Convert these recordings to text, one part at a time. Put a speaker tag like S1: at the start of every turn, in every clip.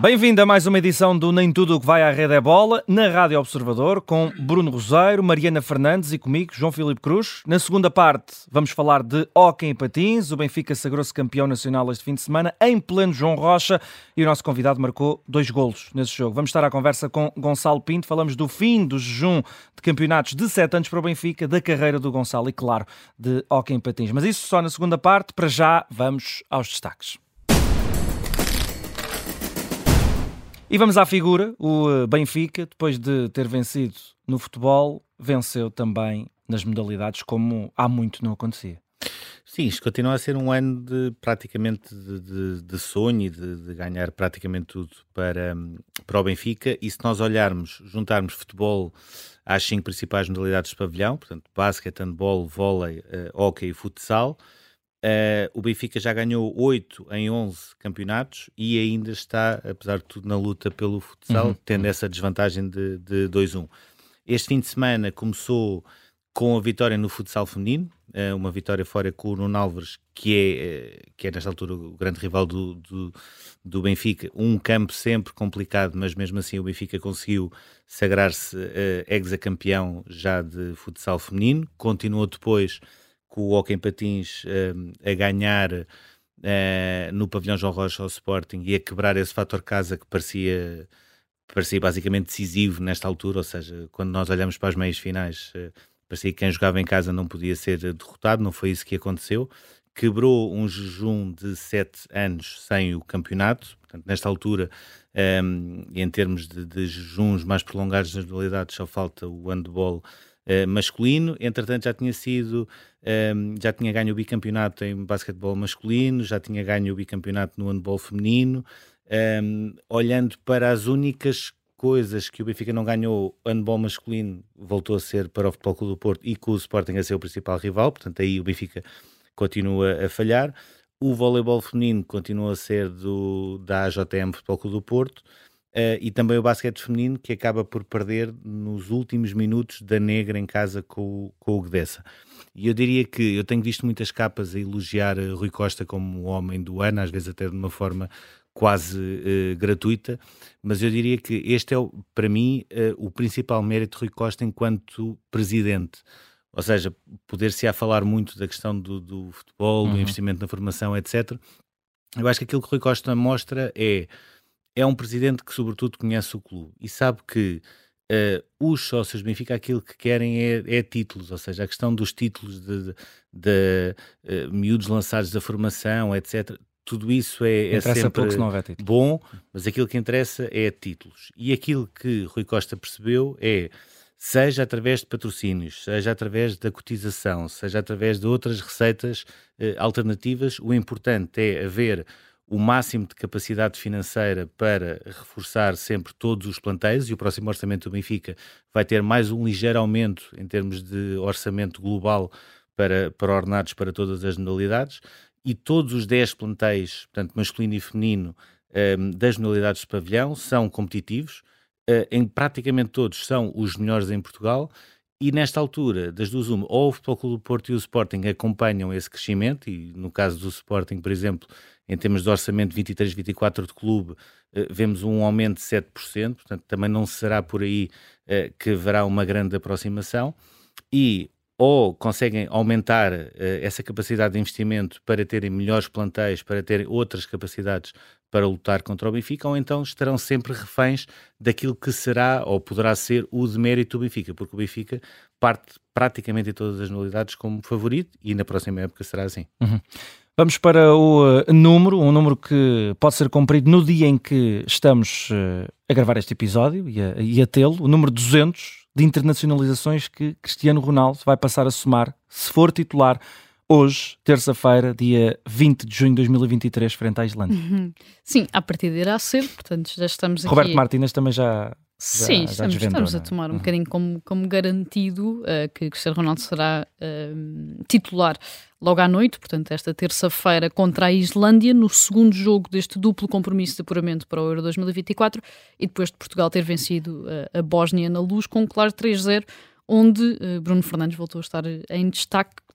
S1: Bem-vindo a mais uma edição do Nem Tudo o que vai à rede é bola, na Rádio Observador, com Bruno Roseiro, Mariana Fernandes e comigo, João Filipe Cruz. Na segunda parte vamos falar de hóquei em patins. O Benfica sagrou-se campeão nacional este fim de semana, em pleno João Rocha, e o nosso convidado marcou 2 golos nesse jogo. Vamos estar à conversa com Gonçalo Pinto. Falamos do fim do jejum de campeonatos de 7 anos para o Benfica, da carreira do Gonçalo e, claro, de hóquei em patins. Mas isso só na segunda parte. Para já, vamos aos destaques. E vamos à figura. O Benfica, depois de ter vencido no futebol, venceu também nas modalidades, como há muito não acontecia.
S2: Sim, isto continua a ser um ano praticamente de sonho e de ganhar praticamente tudo para o Benfica. E se nós juntarmos futebol às 5 principais modalidades de pavilhão, portanto, basquete, handball, vôlei, hóquei e futsal, o Benfica já ganhou 8 em 11 campeonatos e ainda está, apesar de tudo, na luta pelo futsal, tendo essa desvantagem de 2-1. Este fim de semana começou com a vitória no futsal feminino, uma vitória fora com o Nuno Álvares, que é nesta altura o grande rival do Benfica. Um campo sempre complicado, mas mesmo assim o Benfica conseguiu sagrar-se hexacampeão já de futsal feminino. Continuou depois com o hóquei em patins a ganhar no pavilhão João Rocha ao Sporting e a quebrar esse fator casa que parecia basicamente decisivo nesta altura, ou seja, quando nós olhamos para as meias finais, parecia que quem jogava em casa não podia ser derrotado. Não foi isso que aconteceu. Quebrou um jejum de 7 anos sem o campeonato. Portanto, nesta altura, em termos de jejuns mais prolongados nas modalidades, só falta o handball masculino. Entretanto, já tinha ganho o bicampeonato em basquetebol masculino, já tinha ganho o bicampeonato no handball feminino. Olhando para as únicas coisas que o Benfica não ganhou, o handball masculino voltou a ser para o Futebol Clube do Porto e com o Sporting a ser o principal rival, portanto aí o Benfica continua a falhar. O voleibol feminino continua a ser da AJM Futebol Clube do Porto. E também o basquete feminino, que acaba por perder nos últimos minutos da negra em casa com o Gdessa. E eu diria que eu tenho visto muitas capas a elogiar Rui Costa como o homem do ano, às vezes até de uma forma quase gratuita, mas eu diria que este é, para mim, o principal mérito de Rui Costa enquanto presidente. Ou seja, poder-se-á falar muito da questão do futebol, do investimento na formação, etc. Eu acho que aquilo que Rui Costa mostra é um presidente que sobretudo conhece o clube e sabe que os sócios do Benfica aquilo que querem é títulos, ou seja, a questão dos títulos de miúdos lançados da formação, etc. Tudo isso é sempre bom, mas aquilo que interessa é títulos. E aquilo que Rui Costa percebeu seja através de patrocínios, seja através da cotização, seja através de outras receitas alternativas, o importante é haver o máximo de capacidade financeira para reforçar sempre todos os plantéis, e o próximo orçamento do Benfica vai ter mais um ligeiro aumento em termos de orçamento global para ordenados para todas as modalidades, e todos os 10 plantéis, portanto masculino e feminino, das modalidades de pavilhão são competitivos, em praticamente todos são os melhores em Portugal. E nesta altura, das duas uma, ou o Futebol Clube do Porto e o Sporting acompanham esse crescimento, e no caso do Sporting, por exemplo, em termos de orçamento 23-24 de clube, vemos um aumento de 7%, portanto também não será por aí que haverá uma grande aproximação, e ou conseguem aumentar essa capacidade de investimento para terem melhores plantéis, para terem outras capacidades para lutar contra o Benfica, ou então estarão sempre reféns daquilo que será ou poderá ser o demérito do Benfica, porque o Benfica parte praticamente em todas as modalidades como favorito e na próxima época será assim.
S1: Vamos para o número, um número que pode ser cumprido no dia em que estamos a gravar este episódio e a tê-lo, o número 200 de internacionalizações que Cristiano Ronaldo vai passar a somar, se for titular, hoje, terça-feira, dia 20 de junho de 2023, frente à Islândia.
S3: Sim, à partida irá ser, portanto já estamos aqui...
S1: Roberto Martínez também já
S3: Sim, estamos a tomar um bocadinho como garantido que Cristiano Ronaldo será titular logo à noite, portanto esta terça-feira contra a Islândia, no segundo jogo deste duplo compromisso de apuramento para o Euro 2024, e depois de Portugal ter vencido a Bósnia na Luz com um claro 3-0, onde Bruno Fernandes voltou a estar em destaque,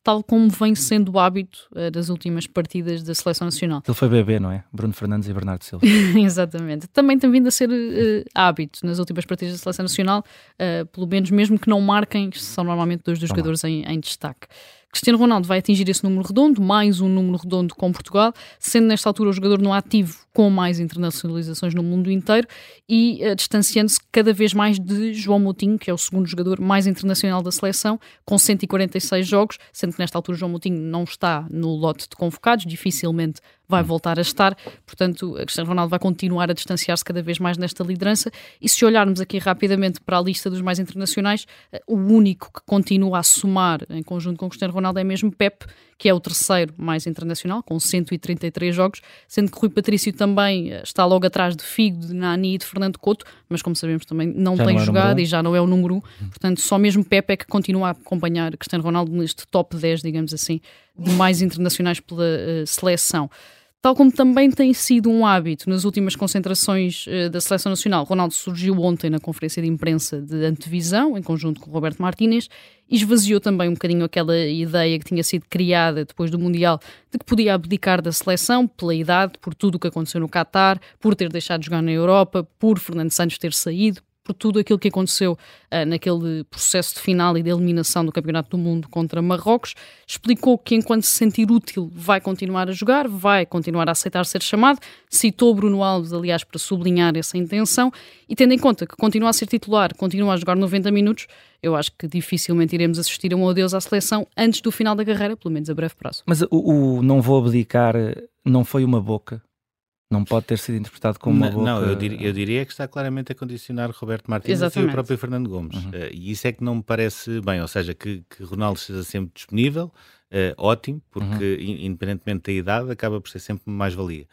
S3: tal como vem sendo o hábito das últimas partidas da Seleção Nacional.
S1: Ele foi bebê, não é? Bruno Fernandes e Bernardo Silva.
S3: Exatamente. Também tem vindo a ser hábito nas últimas partidas da Seleção Nacional, pelo menos mesmo que não marquem, são normalmente dois dos jogadores em destaque. Cristiano Ronaldo vai atingir esse número redondo, mais um número redondo com Portugal, sendo nesta altura o jogador no ativo com mais internacionalizações no mundo inteiro e distanciando-se cada vez mais de João Moutinho, que é o segundo jogador mais internacional da seleção, com 146 jogos, sendo que nesta altura João Moutinho não está no lote de convocados, dificilmente vai voltar a estar, portanto Cristiano Ronaldo vai continuar a distanciar-se cada vez mais nesta liderança. E se olharmos aqui rapidamente para a lista dos mais internacionais, o único que continua a somar em conjunto com Cristiano Ronaldo é mesmo Pepe, que é o terceiro mais internacional, com 133 jogos, sendo que Rui Patrício também está logo atrás de Figo, de Nani e de Fernando Couto, mas como sabemos também não tem jogado e já não é o número 1, portanto só mesmo Pepe é que continua a acompanhar Cristiano Ronaldo neste top 10, digamos assim, de mais internacionais pela seleção. Tal como também tem sido um hábito nas últimas concentrações da Seleção Nacional, Ronaldo surgiu ontem na conferência de imprensa de antevisão, em conjunto com Roberto Martínez, e esvaziou também um bocadinho aquela ideia que tinha sido criada depois do Mundial de que podia abdicar da seleção pela idade, por tudo o que aconteceu no Qatar, por ter deixado de jogar na Europa, por Fernando Santos ter saído, por tudo aquilo que aconteceu naquele processo de final e de eliminação do Campeonato do Mundo contra Marrocos. Explicou que enquanto se sentir útil vai continuar a jogar, vai continuar a aceitar ser chamado, citou Bruno Alves, aliás, para sublinhar essa intenção, e tendo em conta que continua a ser titular, continua a jogar 90 minutos, eu acho que dificilmente iremos assistir a um adeus à seleção antes do final da carreira, pelo menos a breve prazo.
S1: Mas o não vou abdicar não foi uma boca? Não pode ter sido interpretado como uma boca...
S2: Não, eu diria que está claramente a condicionar Roberto Martínez e o próprio Fernando Gomes. E isso é que não me parece bem, ou seja, que Ronaldo esteja sempre disponível, ótimo, porque independentemente da idade acaba por ser sempre mais-valia.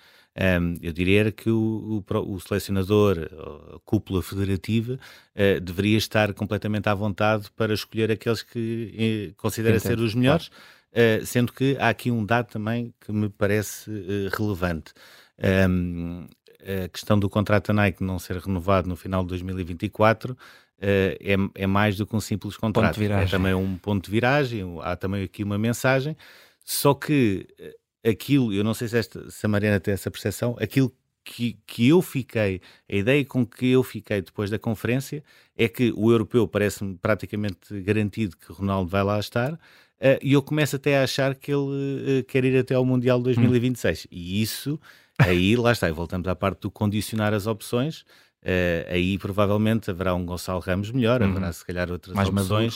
S2: Eu diria que o selecionador, a cúpula federativa, deveria estar completamente à vontade para escolher aqueles que considera ser os melhores, sendo que há aqui um dado também que me parece relevante. A questão do contrato da Nike não ser renovado no final de 2024 é mais do que um simples contrato, é também um ponto de viragem, há também aqui uma mensagem, só que aquilo, eu não sei se a Mariana tem essa percepção, aquilo que eu fiquei, a ideia com que eu fiquei depois da conferência é que o europeu parece-me praticamente garantido que Ronaldo vai lá estar, e eu começo até a achar que ele quer ir até ao Mundial de 2026, e isso... Aí, lá está, e voltamos à parte do condicionar as opções, aí provavelmente haverá um Gonçalo Ramos melhor, haverá se calhar outras mais opções,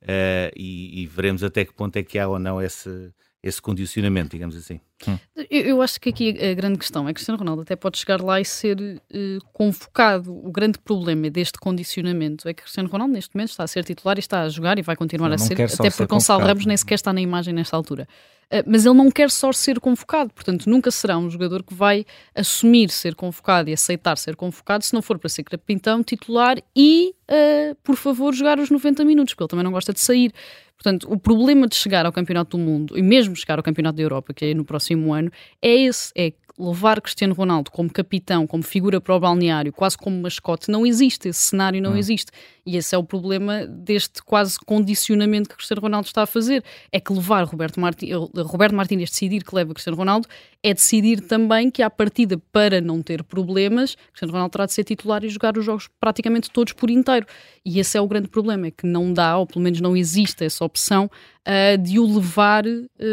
S2: e veremos até que ponto é que há ou não esse condicionamento, digamos assim.
S3: Eu acho que aqui a grande questão é que Cristiano Ronaldo até pode chegar lá e ser convocado. O grande problema deste condicionamento é que Cristiano Ronaldo neste momento está a ser titular e está a jogar e vai continuar a ser, até porque Gonçalo Ramos nem sequer está na imagem nesta altura. Mas ele não quer só ser convocado, portanto nunca será um jogador que vai assumir ser convocado e aceitar ser convocado se não for para ser capitão, titular e, por favor, jogar os 90 minutos, porque ele também não gosta de sair. Portanto, o problema de chegar ao Campeonato do Mundo e mesmo chegar ao Campeonato da Europa, que é no próximo ano, é esse, é levar Cristiano Ronaldo como capitão, como figura para o balneário, quase como mascote. Não existe, esse cenário não existe. E esse é o problema deste quase condicionamento que Cristiano Ronaldo está a fazer. É que levar Roberto Martínez decidir que leva Cristiano Ronaldo é decidir também que à partida, para não ter problemas, Cristiano Ronaldo terá de ser titular e jogar os jogos praticamente todos por inteiro. E esse é o grande problema, é que não dá, ou pelo menos não existe essa opção de o levar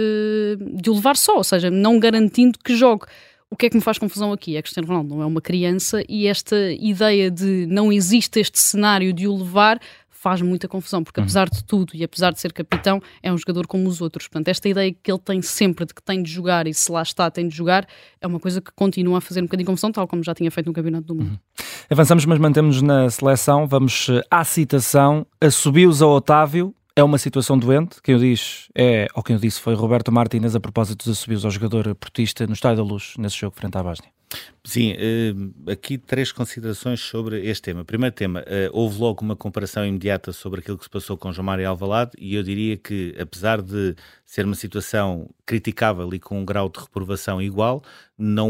S3: só, ou seja, não garantindo que jogue. O que é que me faz confusão aqui? É que Cristiano Ronaldo não é uma criança e esta ideia de não existe este cenário de o levar faz muita confusão, porque apesar de tudo e apesar de ser capitão, é um jogador como os outros. Portanto, esta ideia que ele tem sempre de que tem de jogar e se lá está tem de jogar, é uma coisa que continua a fazer um bocadinho de confusão, tal como já tinha feito no Campeonato do Mundo.
S1: Avançamos, mas mantemos-nos na seleção. Vamos à citação. Assobios a Otávio. É uma situação doente, quem o disse foi Roberto Martínez a propósito dos assobios ao jogador portista no Estádio da Luz, nesse jogo frente à Bósnia.
S2: Sim, aqui 3 considerações sobre este tema. Primeiro tema, houve logo uma comparação imediata sobre aquilo que se passou com João Mário Alvalade e eu diria que, apesar de ser uma situação criticável e com um grau de reprovação igual,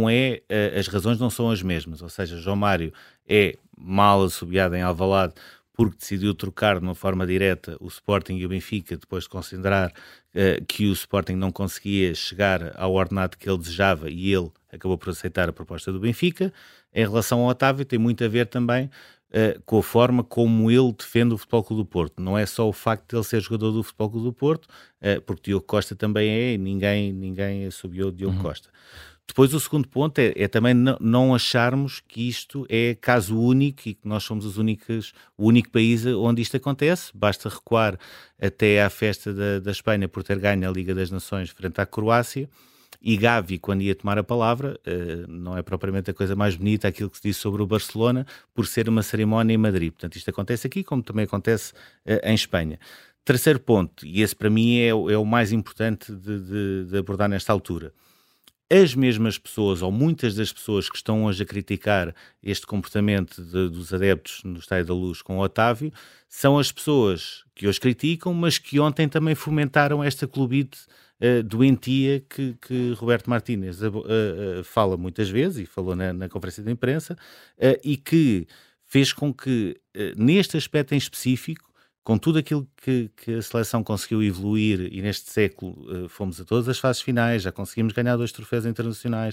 S2: as razões não são as mesmas, ou seja, João Mário é mal assobiado em Alvalade porque decidiu trocar de uma forma direta o Sporting e o Benfica, depois de considerar que o Sporting não conseguia chegar ao ordenado que ele desejava e ele acabou por aceitar a proposta do Benfica. Em relação ao Otávio, tem muito a ver também com a forma como ele defende o Futebol Clube do Porto. Não é só o facto de ele ser jogador do Futebol Clube do Porto, porque Diogo Costa também é, e ninguém assobiou Diogo Costa. Depois o segundo ponto é também não acharmos que isto é caso único e que nós somos o único país onde isto acontece. Basta recuar até à festa da Espanha por ter ganho a Liga das Nações frente à Croácia, e Gavi, quando ia tomar a palavra, não é propriamente a coisa mais bonita aquilo que se disse sobre o Barcelona, por ser uma cerimónia em Madrid. Portanto, isto acontece aqui, como também acontece em Espanha. Terceiro ponto, e esse para mim é o mais importante de abordar nesta altura. As mesmas pessoas, ou muitas das pessoas que estão hoje a criticar este comportamento dos adeptos no Estádio da Luz com o Otávio, são as pessoas que hoje criticam, mas que ontem também fomentaram esta clubite doentia que Roberto Martínez fala muitas vezes, e falou na conferência de imprensa, e que fez com que, neste aspecto em específico, com tudo aquilo que a seleção conseguiu evoluir, e neste século fomos a todas as fases finais, já conseguimos ganhar 2 troféus internacionais,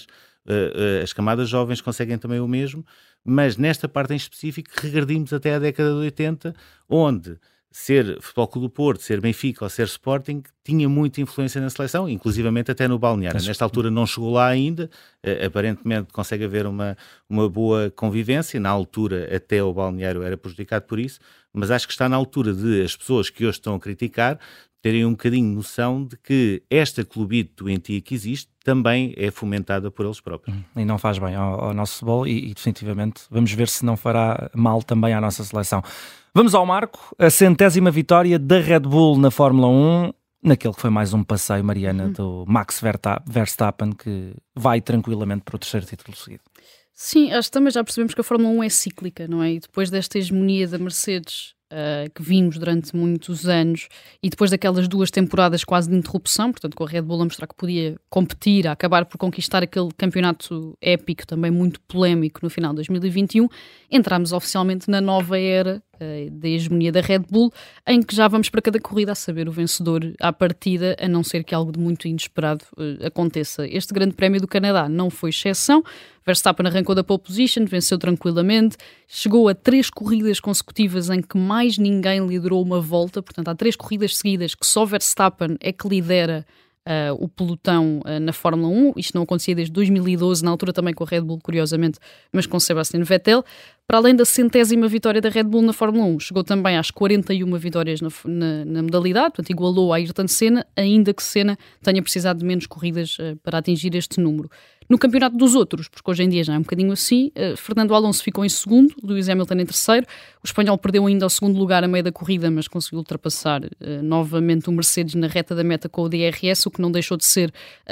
S2: as camadas jovens conseguem também o mesmo, mas nesta parte em específico regredimos até à década de 80, onde ser Futebol Clube do Porto, ser Benfica ou ser Sporting tinha muita influência na seleção, inclusivamente até no balneário. Nesta altura não chegou lá ainda, aparentemente consegue haver uma boa convivência, na altura até o balneário era prejudicado por isso, mas acho que está na altura de as pessoas que hoje estão a criticar terem um bocadinho noção de que esta clubite doentia que existe também é fomentada por eles próprios.
S1: E não faz bem ao nosso futebol e definitivamente vamos ver se não fará mal também à nossa seleção. Vamos ao marco, a 100ª vitória da Red Bull na Fórmula 1, naquele que foi mais um passeio, Mariana, do Max Verstappen, que vai tranquilamente para o 3º título seguido.
S3: Sim, acho que também já percebemos que a Fórmula 1 é cíclica, não é? E depois desta hegemonia da Mercedes, que vimos durante muitos anos, e depois daquelas 2 temporadas quase de interrupção, portanto com a Red Bull a mostrar que podia competir, a acabar por conquistar aquele campeonato épico, também muito polémico no final de 2021, entramos oficialmente na nova era da hegemonia da Red Bull, em que já vamos para cada corrida a saber o vencedor à partida, a não ser que algo de muito inesperado aconteça. Este Grande Prémio do Canadá não foi exceção. Verstappen arrancou da pole position, venceu tranquilamente, chegou a 3 corridas consecutivas em que mais ninguém liderou uma volta, portanto há 3 corridas seguidas que só Verstappen é que lidera o pelotão na Fórmula 1. Isto não acontecia desde 2012, na altura também com a Red Bull, curiosamente, mas com Sebastian Vettel. Para além da 100ª vitória da Red Bull na Fórmula 1, chegou também às 41 vitórias na modalidade, portanto igualou a Ayrton Senna, ainda que Senna tenha precisado de menos corridas para atingir este número. No campeonato dos outros, porque hoje em dia já é um bocadinho assim, Fernando Alonso ficou em segundo, Lewis Hamilton em terceiro, o espanhol perdeu ainda ao segundo lugar a meio da corrida, mas conseguiu ultrapassar novamente o Mercedes na reta da meta com o DRS, o que não deixou de ser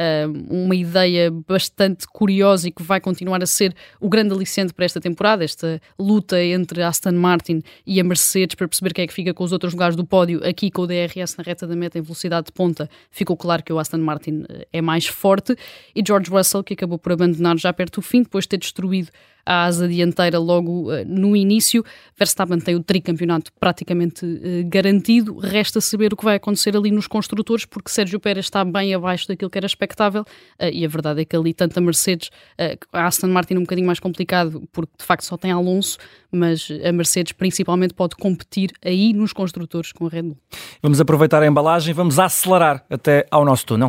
S3: uma ideia bastante curiosa e que vai continuar a ser o grande aliciente para esta temporada, esta luta entre a Aston Martin e a Mercedes para perceber quem é que fica com os outros lugares do pódio. Aqui com o DRS na reta da meta em velocidade de ponta ficou claro que o Aston Martin é mais forte, e George Russell, que acabou por abandonar já perto do fim, depois de ter destruído a asa dianteira logo no início. Verstappen tem o tricampeonato praticamente garantido, resta saber o que vai acontecer ali nos construtores, porque Sérgio Pérez está bem abaixo daquilo que era expectável, e a verdade é que ali tanto a Mercedes, a Aston Martin um bocadinho mais complicado, porque de facto só tem Alonso, mas a Mercedes principalmente pode competir aí nos construtores com a Red Bull.
S1: Vamos aproveitar a embalagem, vamos acelerar até ao nosso túnel.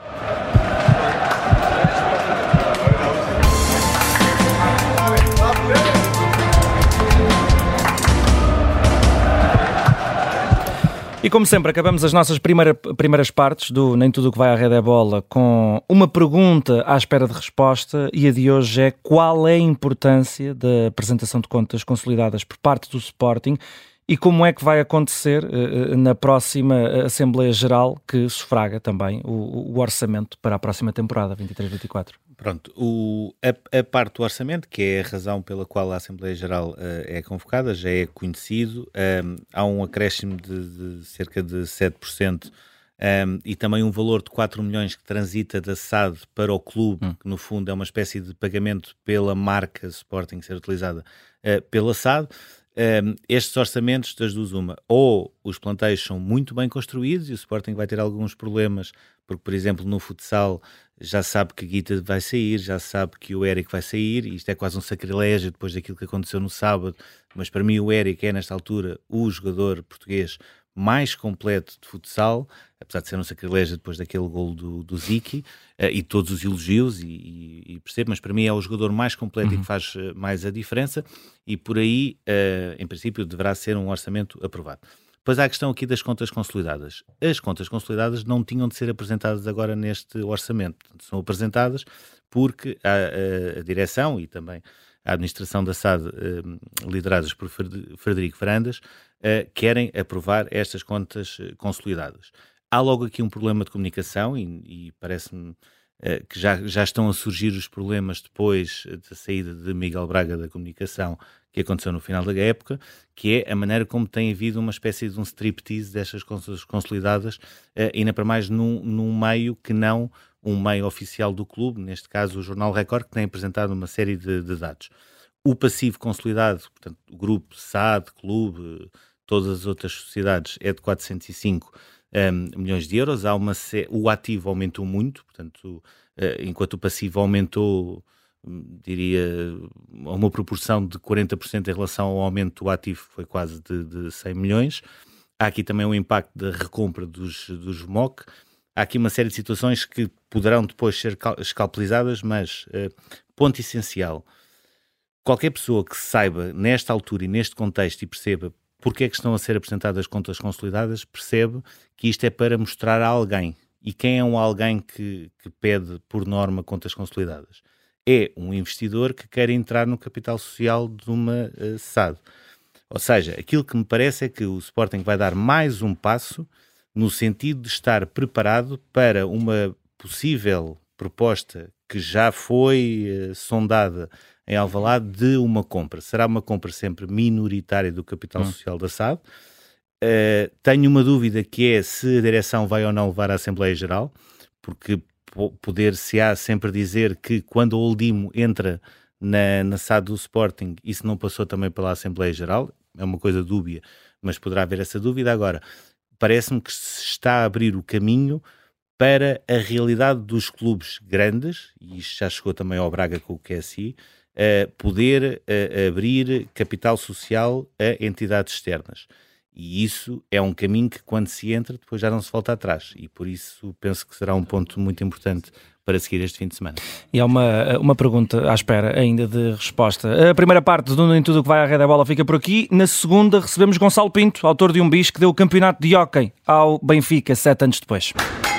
S1: E como sempre, acabamos as nossas primeiras partes do Nem Tudo o que vai à Rede é Bola com uma pergunta à espera de resposta, e a de hoje é: qual é a importância da apresentação de contas consolidadas por parte do Sporting e como é que vai acontecer na próxima Assembleia Geral, que sufraga também o orçamento para a próxima temporada, 23-24?
S2: Pronto, a parte do orçamento, que é a razão pela qual a Assembleia Geral é convocada, já é conhecido. Há um acréscimo de cerca de 7%, e também um valor de 4 milhões que transita da SAD para o clube, que no fundo é uma espécie de pagamento pela marca Sporting ser utilizada pela SAD. estes orçamentos, das duas uma, ou os plantéis são muito bem construídos e o Sporting vai ter alguns problemas, porque, por exemplo, no futsal já sabe que Guita vai sair, já sabe que o Eric vai sair, e isto é quase um sacrilégio depois daquilo que aconteceu no sábado, mas para mim o Eric é, nesta altura, o jogador português mais completo de futsal, apesar de ser um sacrilégio depois daquele golo do Ziki, e todos os elogios, e percebo, mas para mim é o jogador mais completo e que faz mais a diferença, e por aí, em princípio, deverá ser um orçamento aprovado. Depois há a questão aqui das contas consolidadas. As contas consolidadas não tinham de ser apresentadas agora neste orçamento. Portanto, são apresentadas porque a direção e também a administração da SAD, lideradas por Frederico Varandas, querem aprovar estas contas consolidadas. Há logo aqui um problema de comunicação e parece-me que já estão a surgir os problemas depois da saída de Miguel Braga da comunicação, que aconteceu no final da época, que é a maneira como tem havido uma espécie de um striptease destas contas consolidadas, ainda para mais num meio que não um meio oficial do clube, neste caso o Jornal Record, que tem apresentado uma série de dados. O passivo consolidado, portanto, o grupo SAD, clube, todas as outras sociedades, é de 405 milhões de euros. O ativo aumentou muito, portanto, enquanto o passivo aumentou, diria, a uma proporção de 40% em relação ao aumento do ativo, foi quase de 100 milhões. Há aqui também um impacto da recompra dos MOC. Há aqui uma série de situações que poderão depois ser escalpelizadas, mas ponto essencial. Qualquer pessoa que saiba, nesta altura e neste contexto, e perceba porque é que estão a ser apresentadas contas consolidadas, percebe que isto é para mostrar a alguém. E quem é um alguém que pede, por norma, contas consolidadas? É um investidor que quer entrar no capital social de uma SAD. Ou seja, aquilo que me parece é que o Sporting vai dar mais um passo no sentido de estar preparado para uma possível proposta que já foi sondada em Alvalade de uma compra. Será uma compra sempre minoritária do capital social da SAD. Tenho uma dúvida, que é se a direção vai ou não levar à Assembleia Geral, porque poder-se-á sempre dizer que quando o Oldimo entra na SAD do Sporting, isso não passou também pela Assembleia Geral. É uma coisa dúbia, mas poderá haver essa dúvida. Agora, parece-me que se está a abrir o caminho para a realidade dos clubes grandes, e isto já chegou também ao Braga com o QSI, poder abrir capital social a entidades externas. E isso é um caminho que, quando se entra, depois já não se volta atrás. E por isso penso que será um ponto muito importante para seguir este fim de semana.
S1: E há uma pergunta à espera ainda de resposta. A primeira parte do Nem Tudo o que vai à Rede da Bola fica por aqui. Na segunda recebemos Gonçalo Pinto, autor de um bis que deu o campeonato de hóquei ao Benfica 7 anos depois.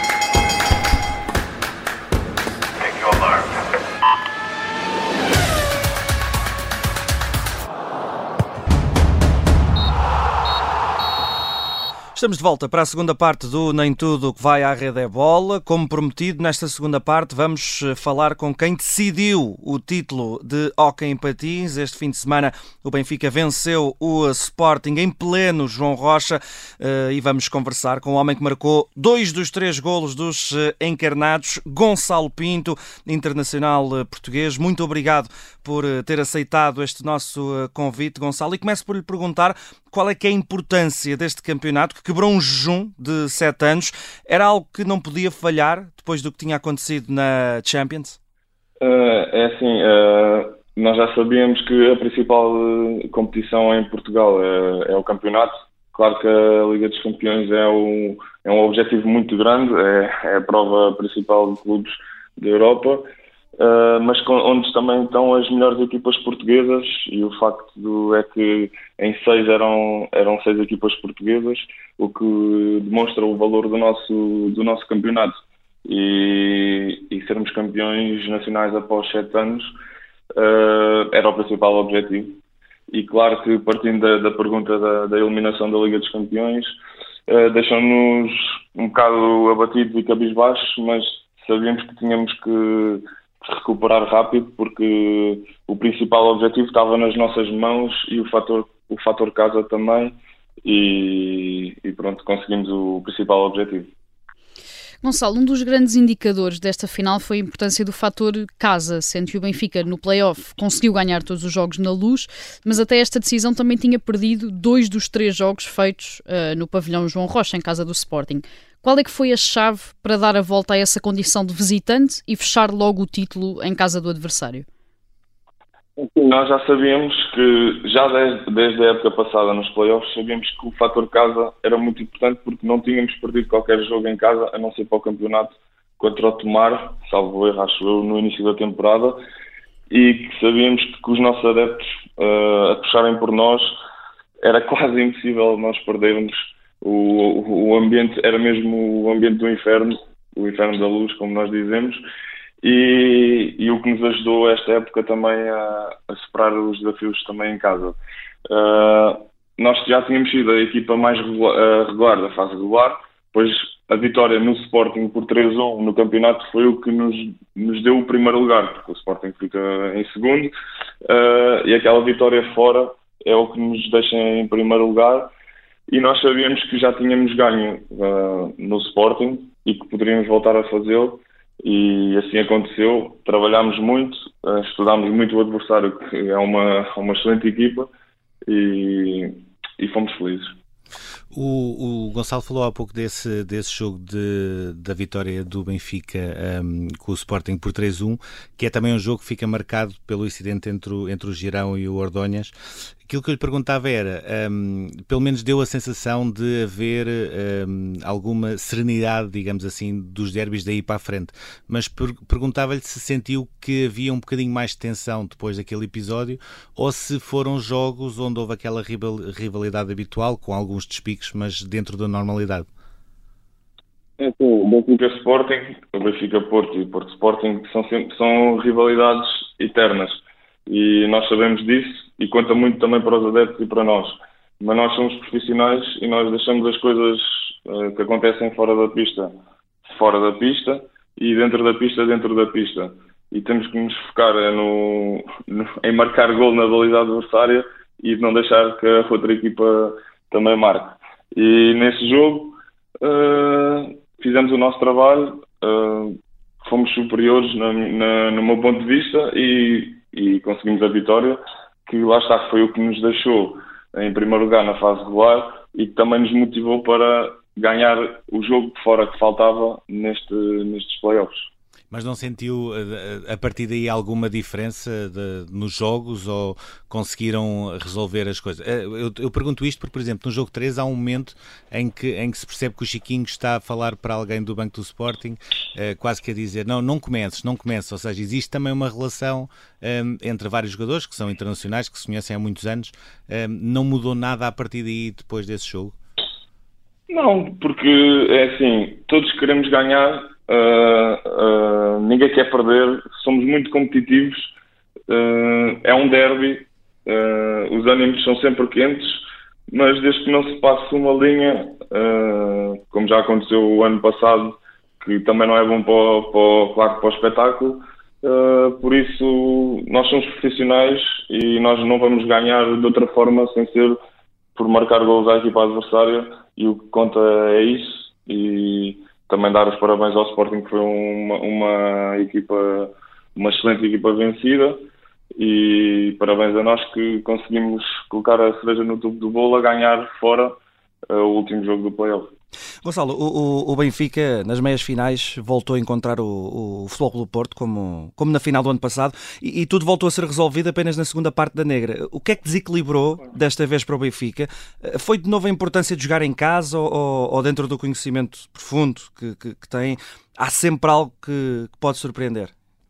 S1: Estamos de volta para a segunda parte do Nem Tudo o que vai à Rede é Bola. Como prometido, nesta segunda parte vamos falar com quem decidiu o título de hóquei em patins. Este fim de semana o Benfica venceu o Sporting em pleno João Rocha e vamos conversar com o homem que marcou 2 dos 3 golos dos encarnados, Gonçalo Pinto, internacional português. Muito obrigado por ter aceitado este nosso convite, Gonçalo. E começo por lhe perguntar qual é que é a importância deste campeonato que quebrou um jejum de 7 anos. Era algo que não podia falhar depois do que tinha acontecido na Champions?
S4: É assim, nós já sabíamos que a principal competição em Portugal é o campeonato. Claro que a Liga dos Campeões é um objetivo muito grande, é a prova principal de clubes da Europa. Mas onde também estão as melhores equipas portuguesas, e o facto é que em 6 eram 6 equipas portuguesas, o que demonstra o valor do nosso campeonato. E sermos campeões nacionais após 7 anos era o principal objetivo. E claro que, partindo da pergunta da eliminação da Liga dos Campeões, deixou-nos um bocado abatidos e cabisbaixos, mas sabíamos que tínhamos que recuperar rápido, porque o principal objetivo estava nas nossas mãos e o fator casa também, e pronto, conseguimos o principal objetivo.
S3: Gonçalo, um dos grandes indicadores desta final foi a importância do fator casa, sendo que o Benfica no play-off conseguiu ganhar todos os jogos na Luz, mas até esta decisão também tinha perdido 2 dos 3 jogos feitos no pavilhão João Rocha, em casa do Sporting. Qual é que foi a chave para dar a volta a essa condição de visitante e fechar logo o título em casa do adversário?
S4: Nós já sabíamos que, já desde a época passada nos playoffs, sabíamos que o fator casa era muito importante porque não tínhamos perdido qualquer jogo em casa, a não ser para o campeonato contra o Tomar, salvo erro, acho eu, no início da temporada, e que sabíamos que os nossos adeptos a puxarem por nós era quase impossível nós perdermos. O ambiente era mesmo o ambiente do inferno, o inferno da Luz, como nós dizemos, e o que nos ajudou esta época também a superar os desafios também em casa. Nós já tínhamos sido a equipa mais regular da fase regular, pois a vitória no Sporting por 3-1 no campeonato foi o que nos deu o primeiro lugar, porque o Sporting fica em segundo, e aquela vitória fora é o que nos deixa em primeiro lugar, e nós sabíamos que já tínhamos ganho no Sporting e que poderíamos voltar a fazê-lo. E assim aconteceu, trabalhámos muito, estudámos muito o adversário, que é uma excelente equipa, e fomos felizes.
S2: O Gonçalo falou há pouco desse jogo da vitória do Benfica com o Sporting por 3-1, que é também um jogo que fica marcado pelo incidente entre o Girão e o Ordonhas. Aquilo que eu lhe perguntava era, pelo menos deu a sensação de haver alguma serenidade, digamos assim, dos derbys daí para a frente, mas perguntava-lhe se sentiu que havia um bocadinho mais de tensão depois daquele episódio, ou se foram jogos onde houve aquela rivalidade habitual, com alguns despiques, mas dentro da normalidade.
S4: O Benfica Sporting, o Benfica Porto e o Porto Sporting são rivalidades eternas, e nós sabemos disso, e conta muito também para os adeptos e para nós. Mas nós somos profissionais e nós deixamos as coisas que acontecem fora da pista e dentro da pista. E temos que nos focar em marcar gol na baliza adversária e não deixar que a outra equipa também marque. E nesse jogo fizemos o nosso trabalho, fomos superiores no meu ponto de vista e conseguimos a vitória, que lá está, foi o que nos deixou em primeiro lugar na fase regular e que também nos motivou para ganhar o jogo de fora que faltava nestes playoffs.
S2: Mas não sentiu a partir daí alguma diferença nos jogos, ou conseguiram resolver as coisas? Eu pergunto isto porque, por exemplo, no jogo 3 há um momento em que se percebe que o Chiquinho está a falar para alguém do banco do Sporting, quase que a dizer, não comeces, ou seja, existe também uma relação entre vários jogadores que são internacionais, que se conhecem há muitos anos. Não mudou nada a partir daí depois desse jogo?
S4: Não, porque é assim, todos queremos ganhar. Ninguém quer perder, somos muito competitivos, é um derby, os ânimos são sempre quentes, mas desde que não se passe uma linha, como já aconteceu o ano passado, que também não é bom para o espetáculo, por isso nós somos profissionais e nós não vamos ganhar de outra forma sem ser por marcar gols à equipa adversária, e o que conta é isso. E também dar os parabéns ao Sporting, que foi uma excelente equipa vencida, e parabéns a nós que conseguimos colocar a cereja no topo do bolo a ganhar fora o último jogo do play-off.
S1: Gonçalo, o Benfica nas meias finais voltou a encontrar o Futebol Clube do Porto como na final do ano passado, e tudo voltou a ser resolvido apenas na segunda parte da Negra. O que é que desequilibrou desta vez para o Benfica? Foi de novo a importância de jogar em casa, ou dentro do conhecimento profundo que tem, há sempre algo que pode surpreender?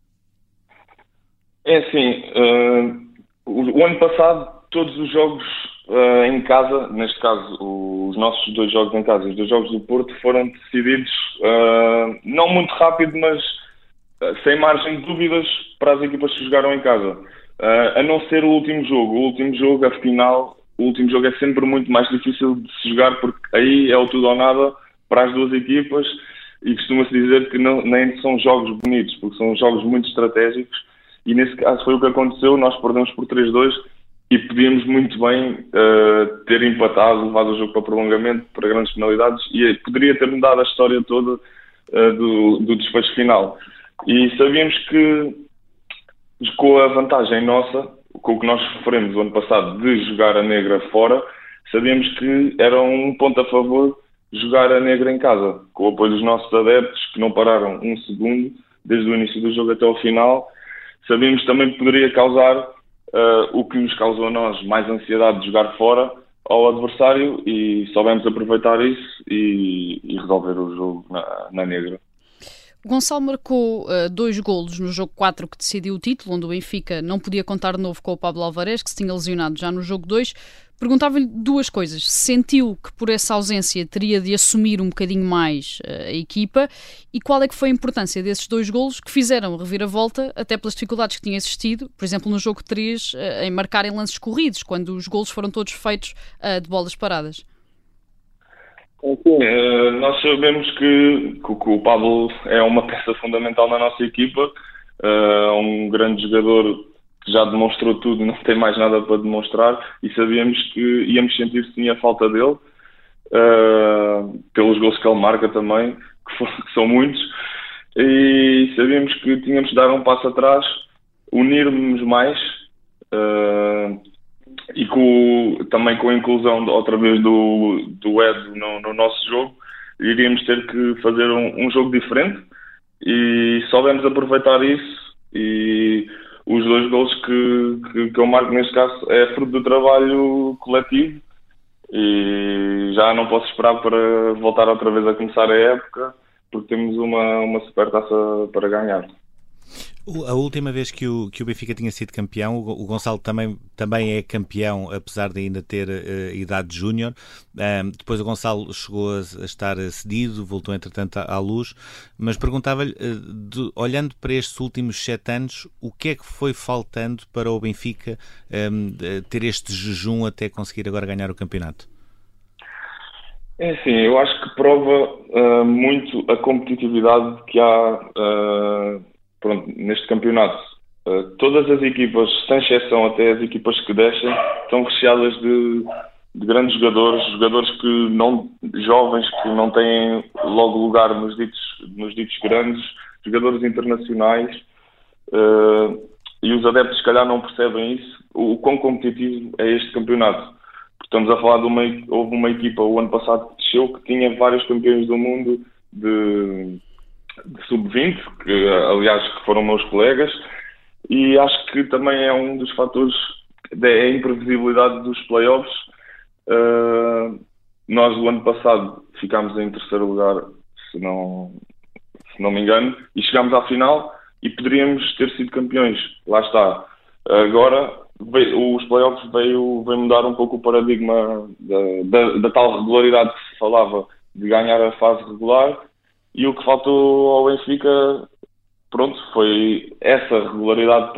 S4: É assim, o ano passado todos os jogos em casa, neste caso os nossos 2 jogos em casa, os 2 jogos do Porto, foram decididos não muito rápido, mas sem margem de dúvidas para as equipas que jogaram em casa, a não ser o último jogo, a final. O último jogo é sempre muito mais difícil de se jogar, porque aí é o tudo ou nada para as duas equipas, e costuma-se dizer que nem são jogos bonitos, porque são jogos muito estratégicos, e nesse caso foi o que aconteceu. Nós perdemos por 3-2 e podíamos muito bem ter empatado, levado o jogo para prolongamento, para grandes penalidades, e poderia ter mudado a história toda do desfecho final. E sabíamos que, com a vantagem nossa, com o que nós sofremos o ano passado de jogar a negra fora, sabíamos que era um ponto a favor jogar a negra em casa, com o apoio dos nossos adeptos, que não pararam um segundo, desde o início do jogo até ao final. Sabíamos também que poderia causar o que nos causou a nós mais ansiedade de jogar fora ao adversário, e soubemos aproveitar isso e resolver o jogo na negra.
S3: O Gonçalo marcou 2 golos no jogo 4 que decidiu o título, onde o Benfica não podia contar de novo com o Pablo Alvarez, que se tinha lesionado já no jogo 2. Perguntava-lhe 2 coisas. Sentiu que por essa ausência teria de assumir um bocadinho mais a equipa, e qual é que foi a importância desses 2 golos que fizeram reviravolta, até pelas dificuldades que tinha existido, por exemplo, no jogo 3, em marcar em lances corridos, quando os golos foram todos feitos de bolas paradas?
S4: Sim, nós sabemos que o Pablo é uma peça fundamental na nossa equipa, um grande jogador que já demonstrou tudo e não tem mais nada para demonstrar, e sabíamos que íamos sentir se tinha falta dele, pelos gols que ele marca também, que são muitos, e sabíamos que tínhamos de dar um passo atrás, unirmos mais, e também com a inclusão outra vez do Ed no nosso jogo, iríamos ter que fazer um jogo diferente, e soubemos aproveitar isso. E os 2 golos que eu marco neste caso é fruto do trabalho coletivo, e já não posso esperar para voltar outra vez a começar a época, porque temos uma super taça para ganhar.
S2: A última vez que o Benfica tinha sido campeão, o Gonçalo também é campeão, apesar de ainda ter idade de júnior. Depois o Gonçalo chegou a estar cedido, voltou entretanto à Luz, mas perguntava-lhe, olhando para estes últimos 7 anos, o que é que foi faltando para o Benfica ter este jejum até conseguir agora ganhar o campeonato?
S4: É assim, eu acho que prova muito a competitividade que há neste campeonato. Todas as equipas, sem exceção até as equipas que descem, estão recheadas de grandes jogadores jovens que não têm logo lugar nos ditos grandes, jogadores internacionais, e os adeptos se calhar não percebem isso, o quão competitivo é este campeonato. Estamos a falar houve uma equipa o ano passado que desceu, que tinha vários campeões do mundo de sub-20, que aliás que foram meus colegas, e acho que também é um dos fatores da imprevisibilidade dos playoffs. Nós o ano passado ficámos em 3º lugar, se não me engano, e chegámos à final e poderíamos ter sido campeões. Lá está. Agora os playoffs veio mudar um pouco o paradigma da tal regularidade que se falava, de ganhar a fase regular. E o que faltou ao Benfica, foi essa regularidade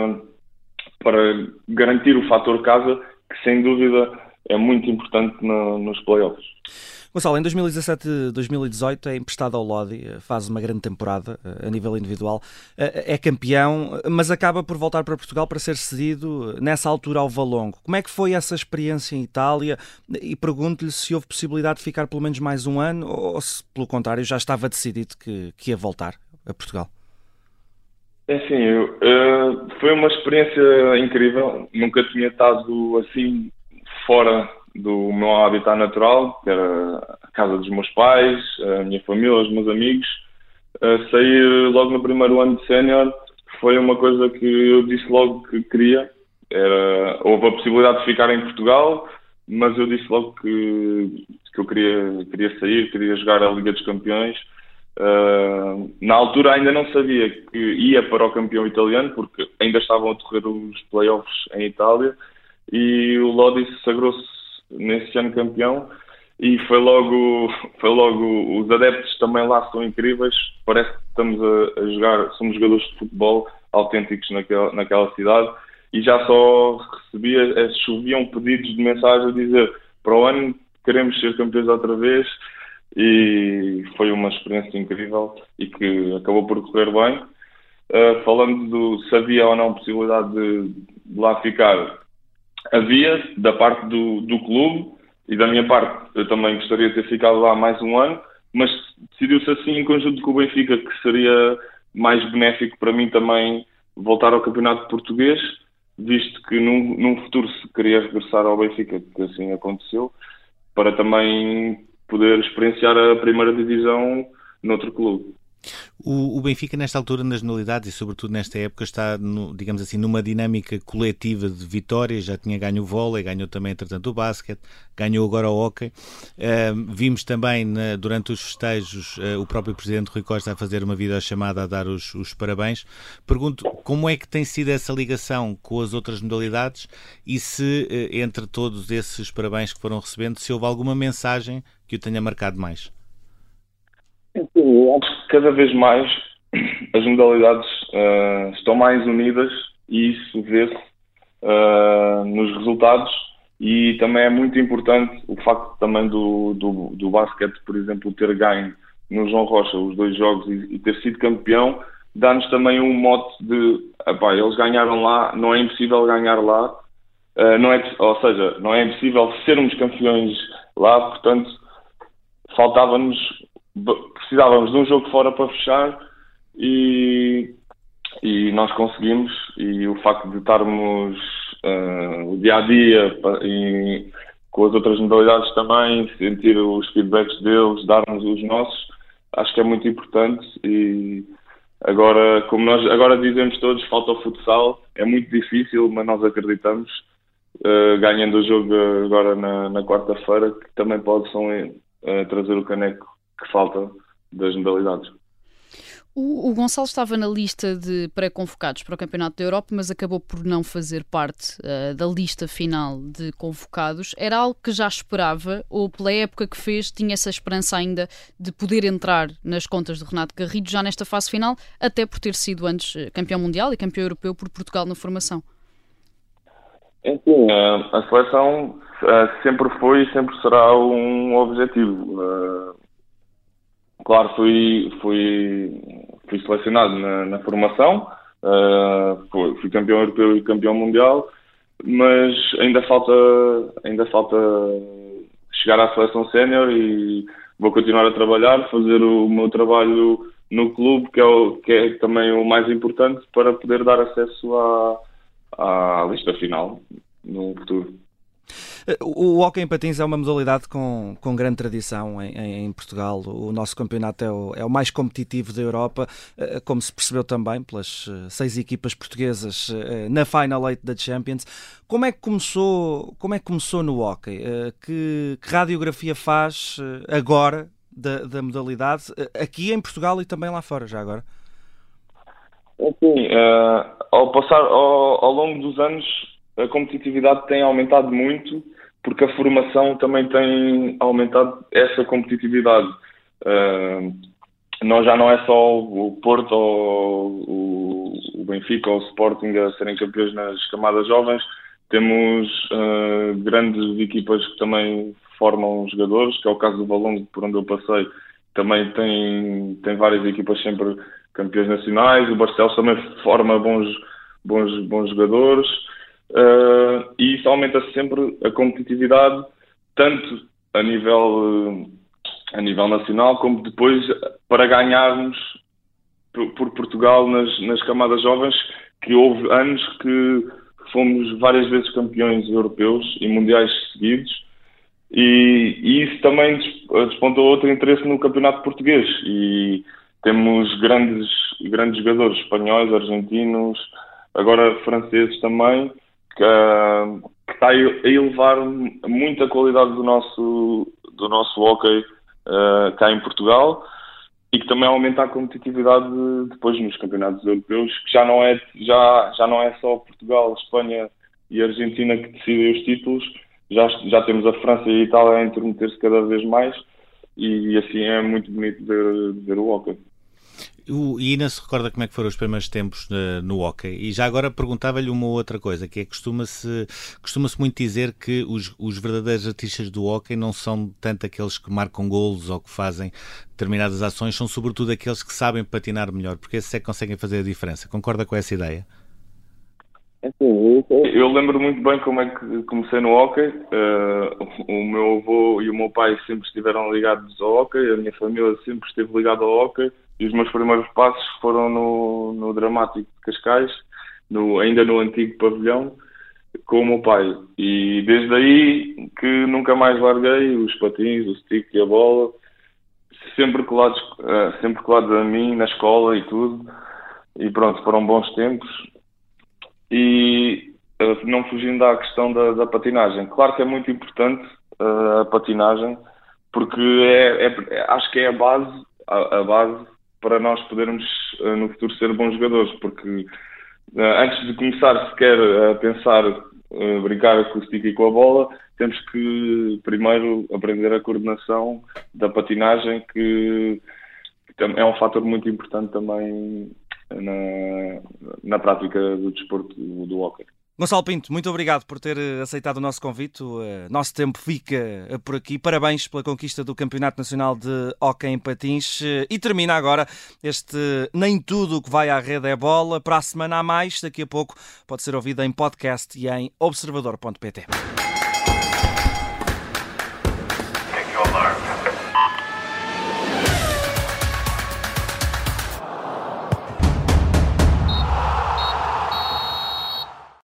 S4: para garantir o fator casa, que sem dúvida é muito importante nos playoffs.
S1: Gonçalo, em 2017-2018 é emprestado ao Lodi, faz uma grande temporada a nível individual, é campeão, mas acaba por voltar para Portugal para ser cedido nessa altura ao Valongo. Como é que foi essa experiência em Itália? E pergunto-lhe se houve possibilidade de ficar pelo menos mais um ano, ou se, pelo contrário, já estava decidido que ia voltar a Portugal.
S4: É assim, foi uma experiência incrível. Nunca tinha estado assim fora do meu habitat natural, que era a casa dos meus pais, a minha família, os meus amigos. Sair logo no primeiro ano de sénior foi uma coisa que eu disse logo que queria. Houve a possibilidade de ficar em Portugal, mas eu disse logo que eu queria sair, queria jogar a Liga dos Campeões. Na altura ainda não sabia que ia para o campeão italiano, porque ainda estavam a decorrer os playoffs em Itália, e o Lodi sagrou-se nesse ano campeão, e foi logo os adeptos também lá são incríveis. Parece que estamos a jogar, somos jogadores de futebol autênticos naquela cidade, e já só choviam pedidos de mensagem a dizer: para o ano queremos ser campeões outra vez. E foi uma experiência incrível e que acabou por correr bem. Falando se havia ou não possibilidade de lá ficar, havia, da parte do clube, e da minha parte eu também gostaria de ter ficado lá mais um ano, mas decidiu-se assim em conjunto com o Benfica, que seria mais benéfico para mim também voltar ao campeonato português, visto que num futuro se queria regressar ao Benfica, que assim aconteceu, para também poder experienciar a primeira divisão noutro clube.
S2: O Benfica, nesta altura, nas modalidades e sobretudo nesta época, está, digamos assim, numa dinâmica coletiva de vitórias. Já tinha ganho o vôlei, ganhou também, entretanto, o basquete, ganhou agora o hóquei. Vimos também, durante os festejos, o próprio Presidente Rui Costa a fazer uma videochamada a dar os parabéns. Pergunto, como é que tem sido essa ligação com as outras modalidades e se, entre todos esses parabéns que foram recebendo, se houve alguma mensagem que o tenha marcado mais?
S4: Eu acho que cada vez mais as modalidades estão mais unidas e isso vê-se nos resultados, e também é muito importante o facto também do basquete, por exemplo, ter ganho no João Rocha os 2 jogos e ter sido campeão, dá-nos também um mote de eles ganharam lá, não é impossível ganhar lá, ou seja, não é impossível sermos campeões lá, portanto precisávamos de um jogo fora para fechar e nós conseguimos, e o facto de estarmos o dia-a-dia e com as outras modalidades também, sentir os feedbacks deles, darmos os nossos, acho que é muito importante. E agora, como nós agora dizemos todos, falta o futsal, é muito difícil, mas nós acreditamos, ganhando o jogo agora na quarta-feira, que também pode trazer o caneco que falta das modalidades.
S3: O Gonçalo estava na lista de pré-convocados para o Campeonato da Europa, mas acabou por não fazer parte da lista final de convocados. Era algo que já esperava, ou pela época que fez, tinha essa esperança ainda de poder entrar nas contas de Renato Garrido já nesta fase final, até por ter sido antes campeão mundial e campeão europeu por Portugal na formação?
S4: Enfim, a seleção sempre foi e sempre será um objetivo. Claro, fui selecionado na formação, fui campeão europeu e campeão mundial, mas ainda falta chegar à seleção sénior e vou continuar a trabalhar, fazer o meu trabalho no clube, que é também o mais importante para poder dar acesso à lista final no futuro.
S1: O hóquei em patins é uma modalidade com grande tradição em Portugal. O nosso campeonato é o mais competitivo da Europa, como se percebeu também pelas 6 equipas portuguesas na Final 8 da Champions. Como é que começou no hóquei? Que radiografia faz agora da modalidade, aqui em Portugal e também lá fora, já agora?
S4: Assim, ao longo dos anos, a competitividade tem aumentado muito, porque a formação também tem aumentado essa competitividade. Nós já não é só o Porto ou o Benfica ou o Sporting a serem campeões nas camadas jovens, temos grandes equipas que também formam jogadores, que é o caso do Valongo, por onde eu passei, também tem várias equipas sempre campeões nacionais. O Barcelos também forma bons jogadores. E isso aumenta sempre a competitividade, tanto a nível nacional, como depois para ganharmos por Portugal nas camadas jovens, que houve anos que fomos várias vezes campeões europeus e mundiais seguidos, e isso também despontou outro interesse no campeonato português, e temos grandes jogadores espanhóis, argentinos, agora franceses também, que está a elevar muito a qualidade do nosso hóquei cá em Portugal, e que também aumenta a competitividade depois nos campeonatos europeus, que já não é só Portugal, Espanha e Argentina que decidem os títulos, já temos a França e a Itália a intermeter-se cada vez mais, e assim é muito bonito ver o hóquei.
S2: O Ina se recorda como é que foram os primeiros tempos no hóquei, e já agora perguntava-lhe uma outra coisa, que é que costuma-se muito dizer que os verdadeiros artistas do hóquei não são tanto aqueles que marcam golos ou que fazem determinadas ações, são sobretudo aqueles que sabem patinar melhor, porque esses é que conseguem fazer a diferença. Concorda com essa ideia?
S4: Assim, eu lembro muito bem como é que comecei no hóquei. O meu avô e o meu pai sempre estiveram ligados ao hóquei, a minha família sempre esteve ligada ao hóquei, e os meus primeiros passos foram no Dramático de Cascais, ainda no antigo pavilhão, com o meu pai. E desde aí que nunca mais larguei os patins, o stick e a bola, sempre colados a mim, na escola e tudo. E pronto, foram bons tempos. E não fugindo à questão da patinagem, claro que é muito importante a patinagem, porque acho que é a base para nós podermos no futuro ser bons jogadores, porque antes de começar sequer a pensar brincar com o stick e com a bola, temos que primeiro aprender a coordenação da patinagem, que é um fator muito importante também na prática do desporto do hóquei.
S1: Gonçalo Pinto, muito obrigado por ter aceitado o nosso convite. O nosso tempo fica por aqui. Parabéns pela conquista do Campeonato Nacional de Hóquei em Patins. E termina agora este Nem Tudo o que vai à rede é bola. Para a semana a mais, daqui a pouco pode ser ouvido em podcast e em observador.pt.